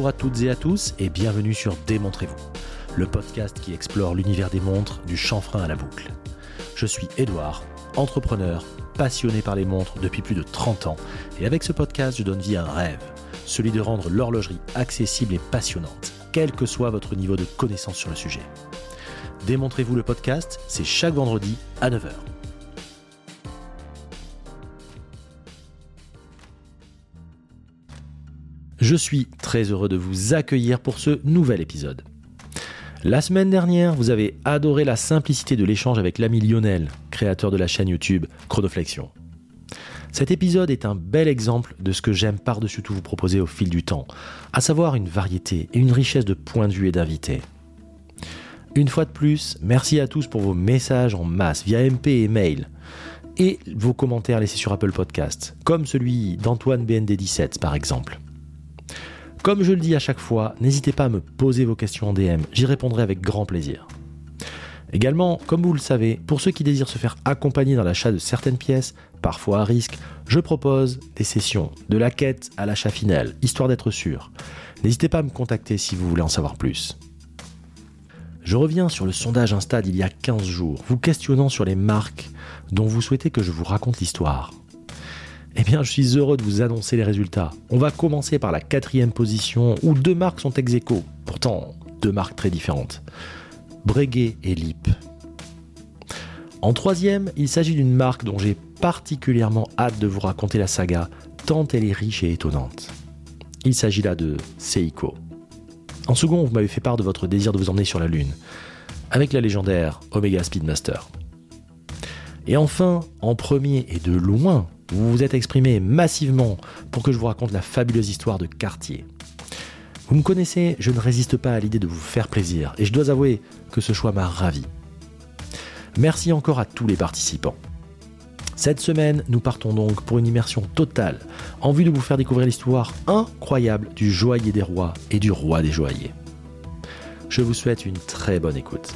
à toutes et à tous et bienvenue sur Démontrez-vous, le podcast qui explore l'univers des montres du chanfrein à la boucle. Je suis Édouard, entrepreneur, passionné par les montres depuis plus de 30 ans et avec ce podcast je donne vie à un rêve, celui de rendre l'horlogerie accessible et passionnante, quel que soit votre niveau de connaissance sur le sujet. Démontrez-vous le podcast, c'est chaque vendredi à 9h. Je suis très heureux de vous accueillir pour ce nouvel épisode. La semaine dernière, vous avez adoré la simplicité de l'échange avec l'ami Lionel, créateur de la chaîne YouTube Chronoflexion. Cet épisode est un bel exemple de ce que j'aime par-dessus tout vous proposer au fil du temps, à savoir une variété et une richesse de points de vue et d'invités. Une fois de plus, merci à tous pour vos messages en masse via MP et mail, et vos commentaires laissés sur Apple Podcast, comme celui d'Antoine BND17 par exemple. Comme je le dis à chaque fois, n'hésitez pas à me poser vos questions en DM, j'y répondrai avec grand plaisir. Également, comme vous le savez, pour ceux qui désirent se faire accompagner dans l'achat de certaines pièces, parfois à risque, je propose des sessions de la quête à l'achat final, histoire d'être sûr. N'hésitez pas à me contacter si vous voulez en savoir plus. Je reviens sur le sondage Insta d'il y a 15 jours, vous questionnant sur les marques dont vous souhaitez que je vous raconte l'histoire. Eh bien, je suis heureux de vous annoncer les résultats. On va commencer par la 4e position, où 2 marques sont ex aequo. Pourtant, 2 marques très différentes. Breguet et Lip. En 3e, il s'agit d'une marque dont j'ai particulièrement hâte de vous raconter la saga, tant elle est riche et étonnante. Il s'agit là de Seiko. En second, vous m'avez fait part de votre désir de vous emmener sur la Lune, avec la légendaire Omega Speedmaster. Et enfin, en premier et de loin, vous vous êtes exprimé massivement pour que je vous raconte la fabuleuse histoire de Cartier. Vous me connaissez, je ne résiste pas à l'idée de vous faire plaisir et je dois avouer que ce choix m'a ravi. Merci encore à tous les participants. Cette semaine, nous partons donc pour une immersion totale en vue de vous faire découvrir l'histoire incroyable du joaillier des rois et du roi des joailliers. Je vous souhaite une très bonne écoute.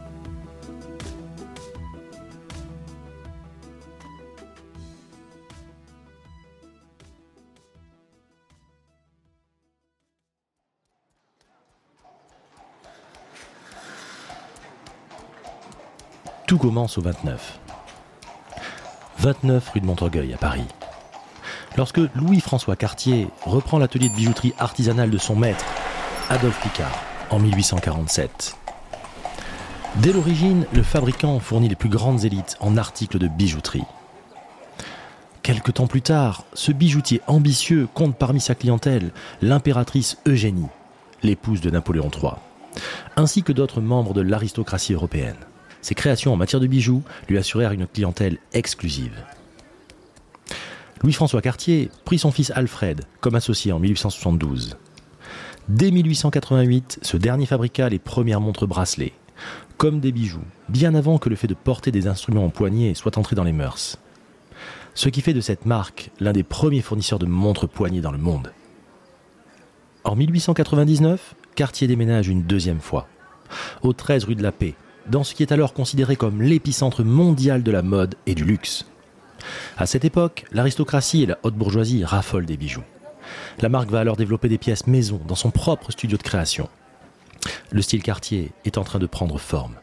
Tout commence au 29 rue de Montorgueil à Paris. Lorsque Louis-François Cartier reprend l'atelier de bijouterie artisanale de son maître, Adolphe Picard, en 1847. Dès l'origine, le fabricant fournit les plus grandes élites en articles de bijouterie. Quelque temps plus tard, ce bijoutier ambitieux compte parmi sa clientèle l'impératrice Eugénie, l'épouse de Napoléon III, ainsi que d'autres membres de l'aristocratie européenne. Ses créations en matière de bijoux lui assurèrent une clientèle exclusive. Louis-François Cartier prit son fils Alfred comme associé en 1872. Dès 1888, ce dernier fabriqua les premières montres bracelets, comme des bijoux, bien avant que le fait de porter des instruments en poignet soit entré dans les mœurs. Ce qui fait de cette marque l'un des premiers fournisseurs de montres poignées dans le monde. En 1899, Cartier déménage une deuxième fois, au 13 rue de la Paix, dans ce qui est alors considéré comme l'épicentre mondial de la mode et du luxe. À cette époque, l'aristocratie et la haute bourgeoisie raffolent des bijoux. La marque va alors développer des pièces maison dans son propre studio de création. Le style Cartier est en train de prendre forme.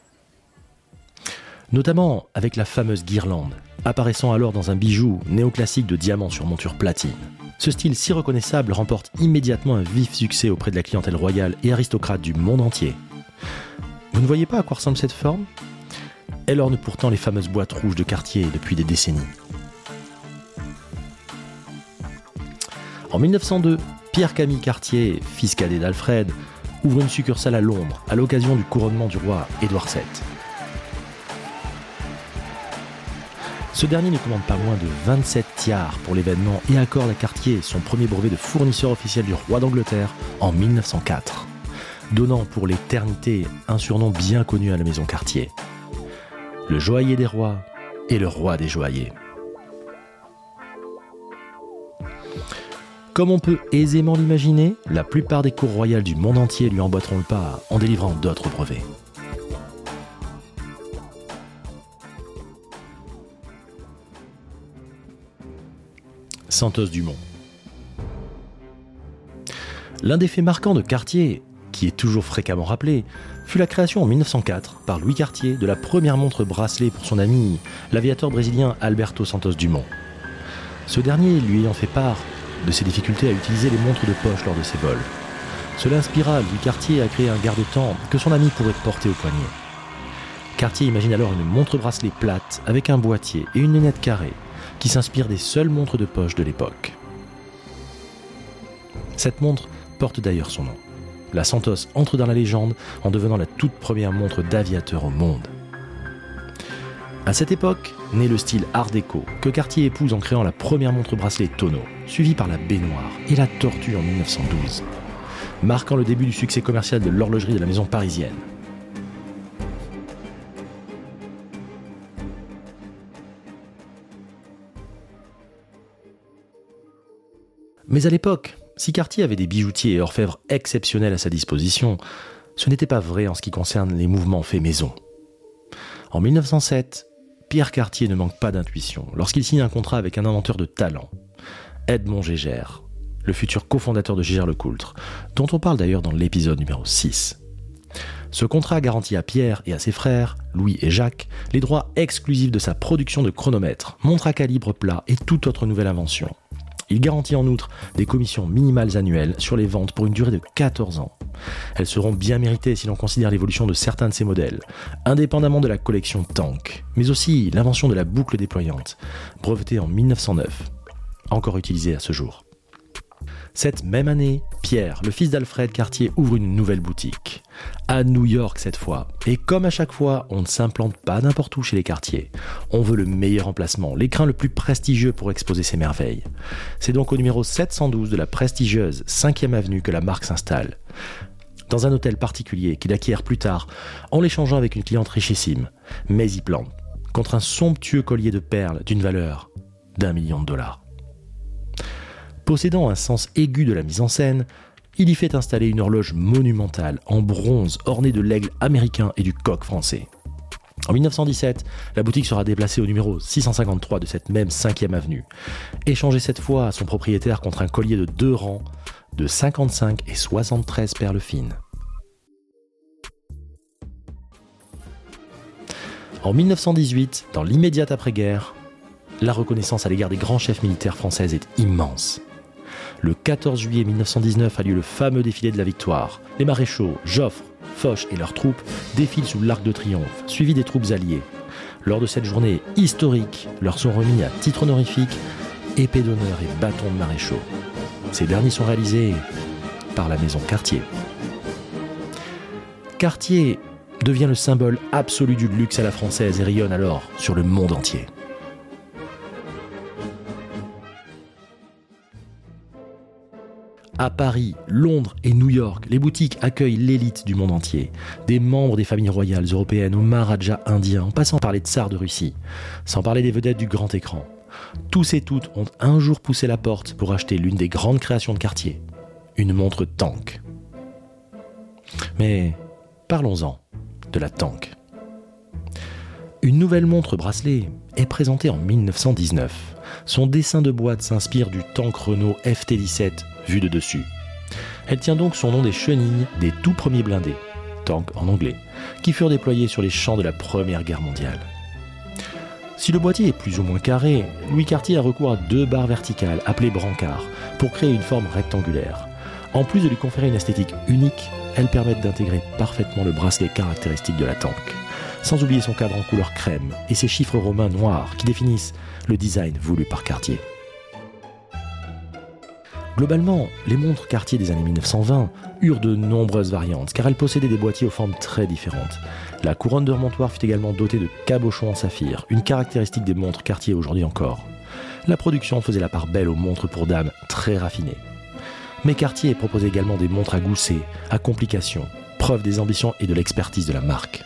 Notamment avec la fameuse guirlande, apparaissant alors dans un bijou néoclassique de diamants sur monture platine. Ce style si reconnaissable remporte immédiatement un vif succès auprès de la clientèle royale et aristocrate du monde entier. Vous ne voyez pas à quoi ressemble cette forme ? Elle orne pourtant les fameuses boîtes rouges de Cartier depuis des décennies. En 1902, Pierre-Camille Cartier, fils cadet d'Alfred, ouvre une succursale à Londres à l'occasion du couronnement du roi Édouard VII. Ce dernier ne commande pas moins de 27 tiares pour l'événement et accorde à Cartier son premier brevet de fournisseur officiel du roi d'Angleterre en 1904. Donnant pour l'éternité un surnom bien connu à la maison Cartier. Le joaillier des rois et le roi des joailliers. Comme on peut aisément l'imaginer, la plupart des cours royales du monde entier lui emboîteront le pas en délivrant d'autres brevets. Santos Dumont. L'un des faits marquants de Cartier, qui est toujours fréquemment rappelé, fut la création en 1904 par Louis Cartier de la première montre bracelet pour son ami, l'aviateur brésilien Alberto Santos Dumont. Ce dernier lui ayant fait part de ses difficultés à utiliser les montres de poche lors de ses vols. Cela inspira Louis Cartier à créer un garde-temps que son ami pourrait porter au poignet. Cartier imagine alors une montre bracelet plate avec un boîtier et une lunette carrée qui s'inspire des seules montres de poche de l'époque. Cette montre porte d'ailleurs son nom. La Santos entre dans la légende en devenant la toute première montre d'aviateur au monde. À cette époque, naît le style Art déco que Cartier épouse en créant la première montre bracelet tonneau, suivie par la baignoire et la tortue en 1912, marquant le début du succès commercial de l'horlogerie de la maison parisienne. Mais à l'époque, si Cartier avait des bijoutiers et orfèvres exceptionnels à sa disposition, ce n'était pas vrai en ce qui concerne les mouvements faits maison. En 1907, Pierre Cartier ne manque pas d'intuition lorsqu'il signe un contrat avec un inventeur de talent, Edmond Gégère, le futur cofondateur de Gégère-Lecoultre, dont on parle d'ailleurs dans l'épisode numéro 6. Ce contrat garantit à Pierre et à ses frères, Louis et Jacques, les droits exclusifs de sa production de chronomètres, montres à calibre plat et toute autre nouvelle invention. Il garantit en outre des commissions minimales annuelles sur les ventes pour une durée de 14 ans. Elles seront bien méritées si l'on considère l'évolution de certains de ces modèles, indépendamment de la collection Tank, mais aussi l'invention de la boucle déployante, brevetée en 1909, encore utilisée à ce jour. Cette même année, Pierre, le fils d'Alfred Cartier, ouvre une nouvelle boutique, à New York cette fois. Et comme à chaque fois, on ne s'implante pas n'importe où chez les Cartier. On veut le meilleur emplacement, l'écrin le plus prestigieux pour exposer ses merveilles. C'est donc au numéro 712 de la prestigieuse 5e avenue que la marque s'installe, dans un hôtel particulier qu'il acquiert plus tard en l'échangeant avec une cliente richissime, Maisie Plant, contre un somptueux collier de perles d'une valeur d'1 million de dollars. Possédant un sens aigu de la mise en scène, il y fait installer une horloge monumentale en bronze ornée de l'aigle américain et du coq français. En 1917, la boutique sera déplacée au numéro 653 de cette même 5e avenue, échangée cette fois à son propriétaire contre un collier de 2 rangs de 55 et 73 perles fines. En 1918, dans l'immédiate après-guerre, la reconnaissance à l'égard des grands chefs militaires français est immense. Le 14 juillet 1919 a lieu le fameux défilé de la Victoire. Les maréchaux, Joffre, Foch et leurs troupes défilent sous l'Arc de Triomphe, suivis des troupes alliées. Lors de cette journée historique, leur sont remis à titre honorifique épée d'honneur et bâton de maréchaux. Ces derniers sont réalisés par la maison Cartier. Cartier devient le symbole absolu du luxe à la française et rayonne alors sur le monde entier. À Paris, Londres et New York, les boutiques accueillent l'élite du monde entier. Des membres des familles royales européennes aux maharajas indiens, en passant par les tsars de Russie, sans parler des vedettes du grand écran. Tous et toutes ont un jour poussé la porte pour acheter l'une des grandes créations de Cartier, une montre Tank. Mais parlons-en de la Tank. Une nouvelle montre bracelet est présentée en 1919. Son dessin de boîte s'inspire du Tank Renault FT17 vu de dessus. Elle tient donc son nom des chenilles des tout premiers blindés, Tank en anglais, qui furent déployés sur les champs de la Première Guerre mondiale. Si le boîtier est plus ou moins carré, Louis Cartier a recours à 2 barres verticales appelées brancards pour créer une forme rectangulaire. En plus de lui conférer une esthétique unique, elles permettent d'intégrer parfaitement le bracelet caractéristique de la Tank, sans oublier son cadre en couleur crème et ses chiffres romains noirs qui définissent le design voulu par Cartier. Globalement, les montres Cartier des années 1920 eurent de nombreuses variantes car elles possédaient des boîtiers aux formes très différentes. La couronne de remontoir fut également dotée de cabochons en saphir, une caractéristique des montres Cartier aujourd'hui encore. La production faisait la part belle aux montres pour dames très raffinées. Mais Cartier proposait également des montres à gousset, à complications, preuve des ambitions et de l'expertise de la marque.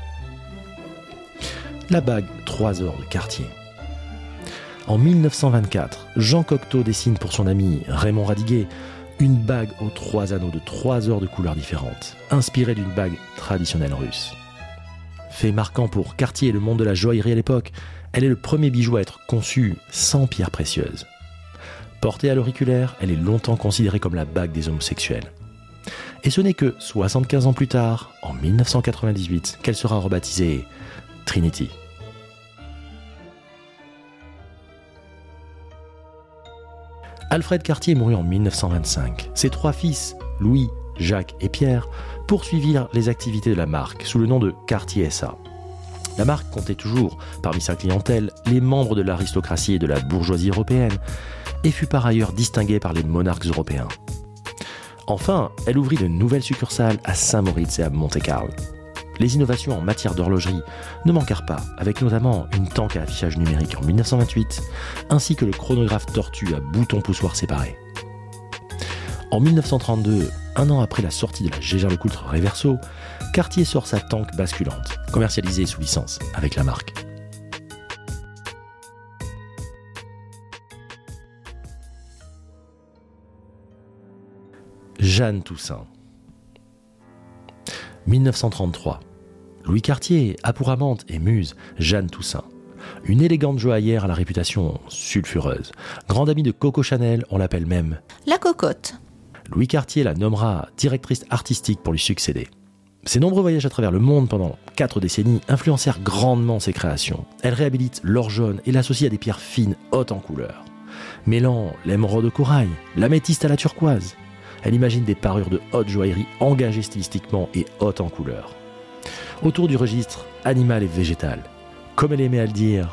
La bague 3 ors de Cartier. En 1924, Jean Cocteau dessine pour son ami Raymond Radiguet une bague aux 3 anneaux de 3 ors de couleurs différentes, inspirée d'une bague traditionnelle russe. Fait marquant pour Cartier et le monde de la joaillerie à l'époque, elle est le premier bijou à être conçu sans pierres précieuses. Portée à l'auriculaire, elle est longtemps considérée comme la bague des homosexuels. Et ce n'est que 75 ans plus tard, en 1998, qu'elle sera rebaptisée Trinity. Alfred Cartier mourut en 1925. Ses 3 fils, Louis, Jacques et Pierre, poursuivirent les activités de la marque sous le nom de Cartier SA. La marque comptait toujours parmi sa clientèle les membres de l'aristocratie et de la bourgeoisie européenne et fut par ailleurs distinguée par les monarques européens. Enfin, elle ouvrit de nouvelles succursales à Saint-Moritz et à Monte-Carlo. Les innovations en matière d'horlogerie ne manquèrent pas, avec notamment une tank à affichage numérique en 1928, ainsi que le chronographe Tortue à boutons poussoirs séparés. En 1932, un an après la sortie de la Jaeger-LeCoultre Reverso, Cartier sort sa tank basculante, commercialisée sous licence avec la marque. Jeanne Toussaint. 1933. Louis Cartier a pour amante et muse Jeanne Toussaint. Une élégante joaillière à la réputation sulfureuse. Grande amie de Coco Chanel, on l'appelle même la cocotte. Louis Cartier la nommera directrice artistique pour lui succéder. Ses nombreux voyages à travers le monde pendant 4 décennies influencèrent grandement ses créations. Elle réhabilite l'or jaune et l'associe à des pierres fines hautes en couleur. Mêlant l'émeraude de corail, l'améthyste à la turquoise. Elle imagine des parures de haute joaillerie engagées stylistiquement et hautes en couleur. Autour du registre animal et végétal. Comme elle aimait à le dire,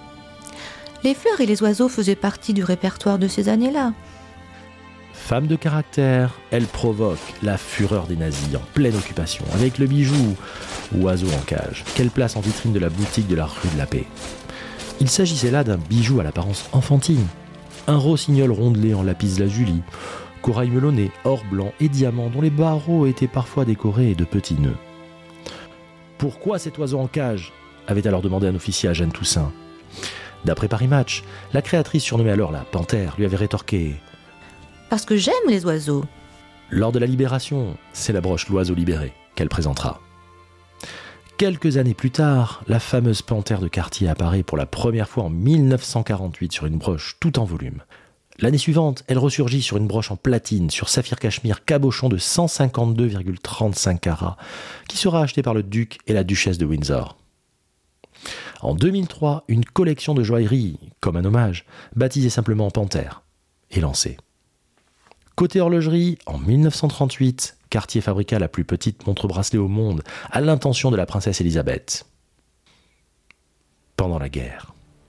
les fleurs et les oiseaux faisaient partie du répertoire de ces années-là. Femme de caractère, elle provoque la fureur des nazis en pleine occupation avec le bijou oiseau en cage qu'elle place en vitrine de la boutique de la rue de la Paix. Il s'agissait là d'un bijou à l'apparence enfantine. Un rossignol rondelé en lapis-lazuli, corail melonné, or blanc et diamant dont les barreaux étaient parfois décorés de petits nœuds. Pourquoi cet oiseau en cage ? Avait alors demandé un officier à Jeanne Toussaint. D'après Paris Match, la créatrice surnommée alors la Panthère lui avait rétorqué « Parce que j'aime les oiseaux ». Lors de la Libération, c'est la broche L'Oiseau libéré qu'elle présentera. Quelques années plus tard, la fameuse Panthère de Cartier apparaît pour la première fois en 1948 sur une broche tout en volume. L'année suivante, elle ressurgit sur une broche en platine sur saphir cachemire cabochon de 152,35 carats qui sera achetée par le duc et la duchesse de Windsor. En 2003, une collection de joaillerie, comme un hommage, baptisée simplement Panthère, est lancée. Côté horlogerie, en 1938, Cartier fabriqua la plus petite montre-bracelet au monde à l'intention de la princesse Elisabeth. Pendant la guerre.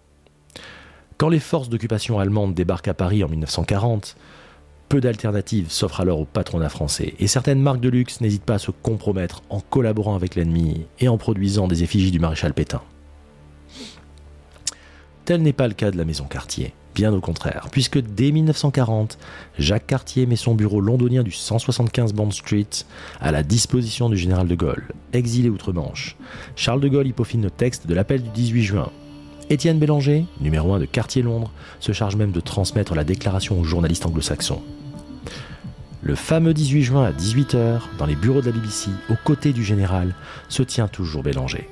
Quand les forces d'occupation allemandes débarquent à Paris en 1940, peu d'alternatives s'offrent alors au patronat français et certaines marques de luxe n'hésitent pas à se compromettre en collaborant avec l'ennemi et en produisant des effigies du maréchal Pétain. Tel n'est pas le cas de la maison Cartier, bien au contraire, puisque dès 1940, Jacques Cartier met son bureau londonien du 175 Bond Street à la disposition du général de Gaulle, exilé outre-Manche. Charles de Gaulle y peaufine le texte de l'appel du 18 juin. Étienne Bélanger, numéro 1 de Cartier Londres, se charge même de transmettre la déclaration aux journalistes anglo-saxons. Le fameux 18 juin à 18h, dans les bureaux de la BBC, aux côtés du général, se tient toujours Bélanger.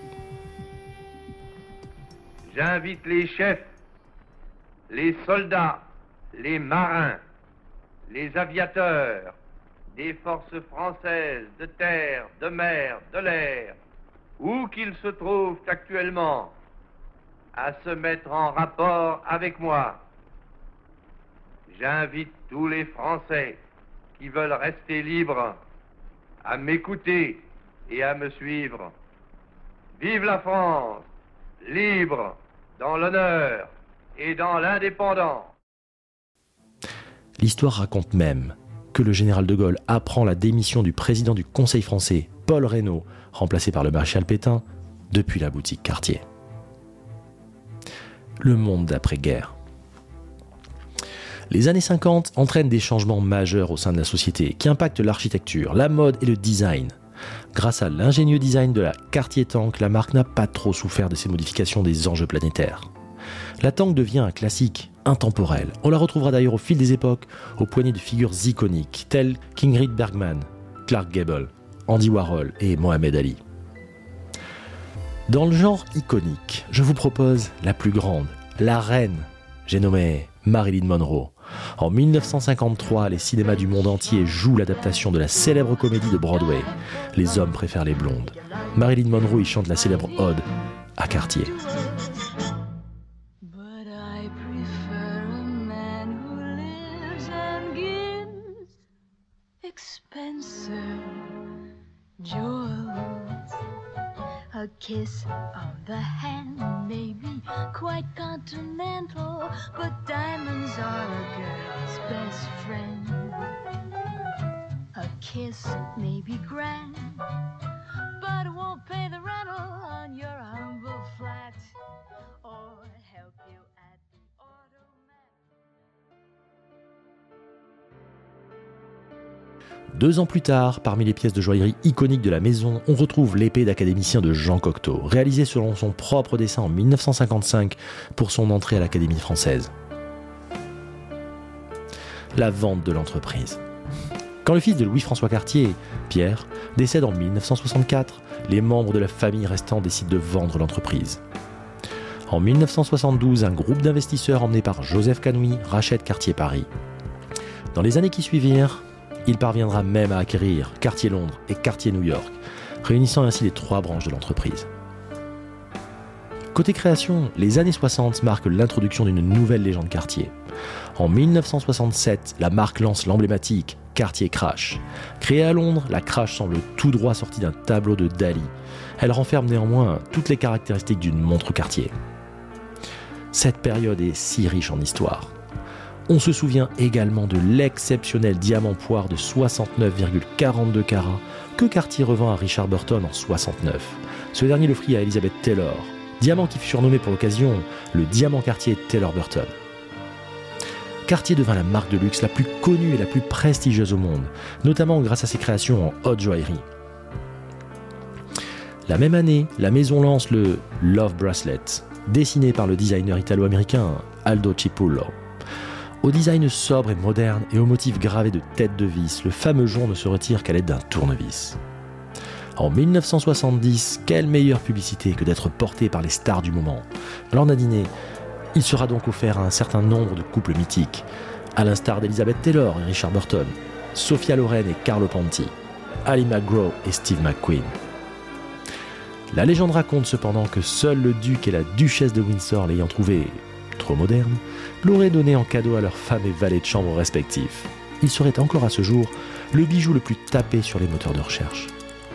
J'invite les chefs, les soldats, les marins, les aviateurs des forces françaises de terre, de mer, de l'air, où qu'ils se trouvent actuellement, à se mettre en rapport avec moi. J'invite tous les Français qui veulent rester libres à m'écouter et à me suivre. Vive la France, libre, dans l'honneur et dans l'indépendance. L'histoire raconte même que le général de Gaulle apprend la démission du président du Conseil français, Paul Reynaud, remplacé par le maréchal Pétain, depuis la boutique Cartier. Le monde d'après-guerre. Les années 50 entraînent des changements majeurs au sein de la société qui impactent l'architecture, la mode et le design. Grâce à l'ingénieux design de la Cartier Tank, la marque n'a pas trop souffert de ces modifications des enjeux planétaires. La Tank devient un classique, intemporel. On la retrouvera d'ailleurs au fil des époques aux poignées de figures iconiques telles qu'Ingrid Bergman, Clark Gable, Andy Warhol et Mohamed Ali. Dans le genre iconique, je vous propose la plus grande, la reine, j'ai nommé Marilyn Monroe. En 1953, les cinémas du monde entier jouent l'adaptation de la célèbre comédie de Broadway, Les hommes préfèrent les blondes. Marilyn Monroe y chante la célèbre ode à Cartier. A kiss of the hand may be quite continental, but diamonds are a girl's best friend. A kiss may be grand, but it won't pay the rental on your humble flat or help you at the automat. 2 ans plus tard, parmi les pièces de joaillerie iconiques de la maison, on retrouve l'épée d'académicien de Jean Cocteau, réalisée selon son propre dessin en 1955 pour son entrée à l'Académie française. La vente de l'entreprise. Quand le fils de Louis-François Cartier, Pierre, décède en 1964, les membres de la famille restante décident de vendre l'entreprise. En 1972, un groupe d'investisseurs emmené par Joseph Canouy rachète Cartier Paris. Dans les années qui suivirent, il parviendra même à acquérir Cartier Londres et Cartier New York, réunissant ainsi les 3 branches de l'entreprise. Côté création, les années 60 marquent l'introduction d'une nouvelle légende Cartier. En 1967, la marque lance l'emblématique Cartier Crash. Créée à Londres, la Crash semble tout droit sortie d'un tableau de Dali. Elle renferme néanmoins toutes les caractéristiques d'une montre Cartier. Cette période est si riche en histoire. On se souvient également de l'exceptionnel diamant poire de 69,42 carats que Cartier revend à Richard Burton en 69. Ce dernier l'offrit à Elizabeth Taylor, diamant qui fut surnommé pour l'occasion le diamant Cartier Taylor Burton. Cartier devint la marque de luxe la plus connue et la plus prestigieuse au monde, notamment grâce à ses créations en haute joaillerie. La même année, la maison lance le Love Bracelet, dessiné par le designer italo-américain Aldo Cipulo. Au design sobre et moderne et au motif gravé de tête de vis, le fameux jonc ne se retire qu'à l'aide d'un tournevis. En 1970, quelle meilleure publicité que d'être porté par les stars du moment. Lors d'un dîner, il sera donc offert à un certain nombre de couples mythiques, à l'instar d'Elizabeth Taylor et Richard Burton, Sophia Loren et Carlo Ponti, Ali McGraw et Steve McQueen. La légende raconte cependant que seul le duc et la duchesse de Windsor, l'ayant trouvé trop moderne, l'auraient donné en cadeau à leurs femmes et valets de chambre respectifs. Il serait encore à ce jour le bijou le plus tapé sur les moteurs de recherche.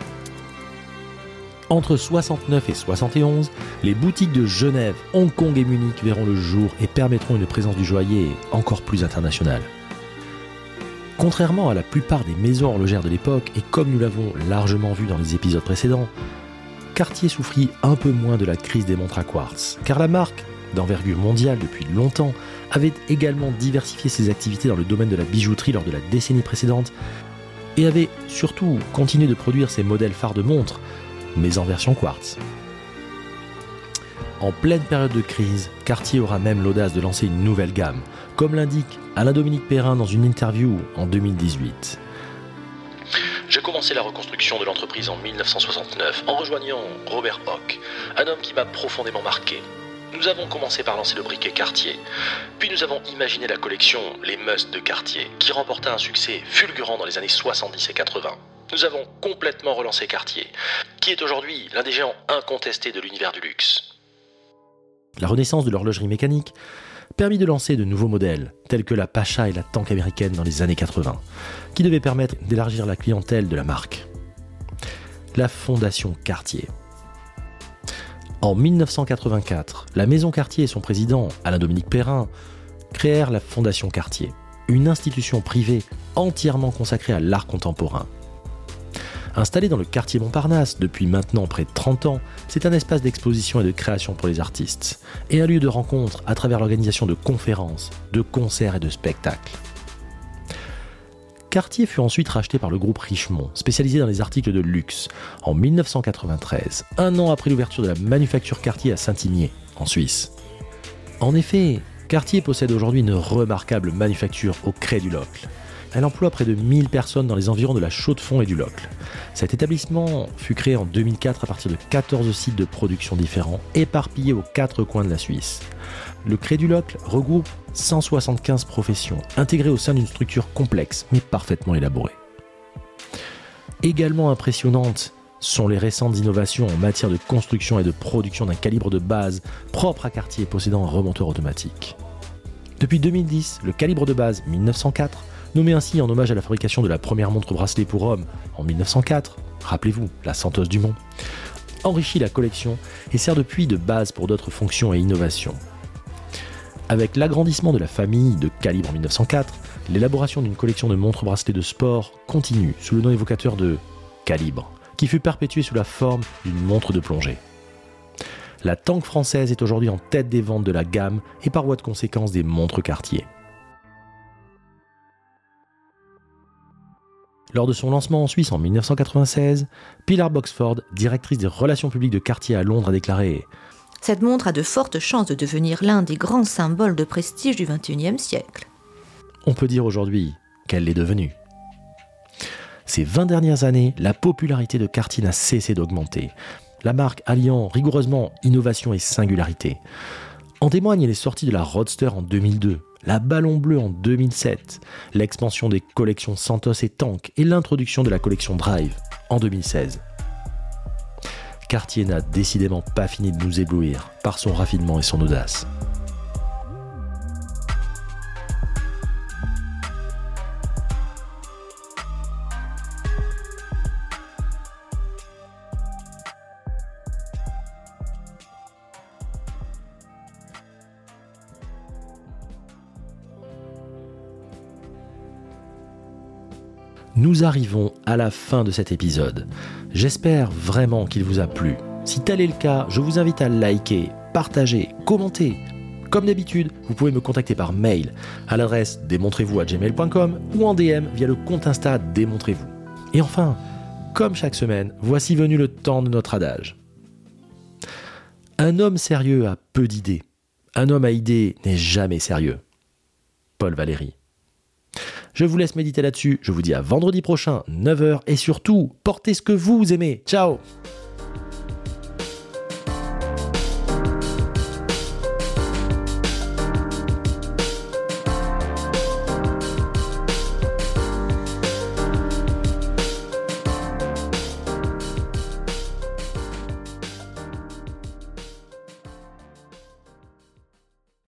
Entre 69 et 71, les boutiques de Genève, Hong Kong et Munich verront le jour et permettront une présence du joaillier encore plus internationale. Contrairement à la plupart des maisons horlogères de l'époque, et comme nous l'avons largement vu dans les épisodes précédents, Cartier souffrit un peu moins de la crise des montres à quartz, car la marque, d'envergure mondiale depuis longtemps, avait également diversifié ses activités dans le domaine de la bijouterie lors de la décennie précédente et avait surtout continué de produire ses modèles phares de montres, mais en version quartz. En pleine période de crise, Cartier aura même l'audace de lancer une nouvelle gamme, comme l'indique Alain-Dominique Perrin dans une interview en 2018. J'ai commencé la reconstruction de l'entreprise en 1969 en rejoignant Robert Hock, un homme qui m'a profondément marqué. Nous avons commencé par lancer le briquet Cartier, puis nous avons imaginé la collection Les Musts de Cartier, qui remporta un succès fulgurant dans les années 70 et 80. Nous avons complètement relancé Cartier, qui est aujourd'hui l'un des géants incontestés de l'univers du luxe. La renaissance de l'horlogerie mécanique permit de lancer de nouveaux modèles, tels que la Pasha et la Tank américaine dans les années 80, qui devaient permettre d'élargir la clientèle de la marque. La Fondation Cartier. En 1984, la maison Cartier et son président, Alain-Dominique Perrin, créèrent la Fondation Cartier, une institution privée entièrement consacrée à l'art contemporain. Installé dans le quartier Montparnasse depuis maintenant près de 30 ans, c'est un espace d'exposition et de création pour les artistes, et un lieu de rencontre à travers l'organisation de conférences, de concerts et de spectacles. Cartier fut ensuite racheté par le groupe Richemont, spécialisé dans les articles de luxe, en 1993, un an après l'ouverture de la manufacture Cartier à Saint-Imier, en Suisse. En effet, Cartier possède aujourd'hui une remarquable manufacture au Cré du Locle. Elle emploie près de 1000 personnes dans les environs de la Chaux-de-Fonds et du Locle. Cet établissement fut créé en 2004 à partir de 14 sites de production différents, éparpillés aux 4 coins de la Suisse. Le Cré du Locle regroupe 175 professions, intégrées au sein d'une structure complexe, mais parfaitement élaborée. Également impressionnantes sont les récentes innovations en matière de construction et de production d'un calibre de base propre à Cartier possédant un remonteur automatique. Depuis 2010, le calibre de base 1904, nommé ainsi en hommage à la fabrication de la première montre bracelet pour hommes en 1904, rappelez-vous, la Santos Dumont, enrichit la collection et sert depuis de base pour d'autres fonctions et innovations. Avec l'agrandissement de la famille de calibre 1904, l'élaboration d'une collection de montres bracelets de sport continue sous le nom évocateur de calibre, qui fut perpétuée sous la forme d'une montre de plongée. La Tank française est aujourd'hui en tête des ventes de la gamme et par voie de conséquence des montres Cartier. Lors de son lancement en Suisse en 1996, Pilar Boxford, directrice des relations publiques de Cartier à Londres, a déclaré « Cette montre a de fortes chances de devenir l'un des grands symboles de prestige du XXIe siècle. » On peut dire aujourd'hui qu'elle l'est devenue. Ces 20 dernières années, la popularité de Cartier n'a cessé d'augmenter, la marque alliant rigoureusement innovation et singularité. En témoignent les sorties de la Roadster en 2002, la Ballon Bleu en 2007, l'expansion des collections Santos et Tank et l'introduction de la collection Drive en 2016. Cartier n'a décidément pas fini de nous éblouir par son raffinement et son audace. Nous arrivons à la fin de cet épisode. J'espère vraiment qu'il vous a plu. Si tel est le cas, je vous invite à liker, partager, commenter. Comme d'habitude, vous pouvez me contacter par mail à l'adresse démontrez-vous@gmail.com ou en DM via le compte Insta Démontrez-vous. Et enfin, comme chaque semaine, voici venu le temps de notre adage. Un homme sérieux a peu d'idées. Un homme à idées n'est jamais sérieux. Paul Valéry. Je vous laisse méditer là-dessus. Je vous dis à vendredi prochain, 9h. Et surtout, portez ce que vous aimez. Ciao!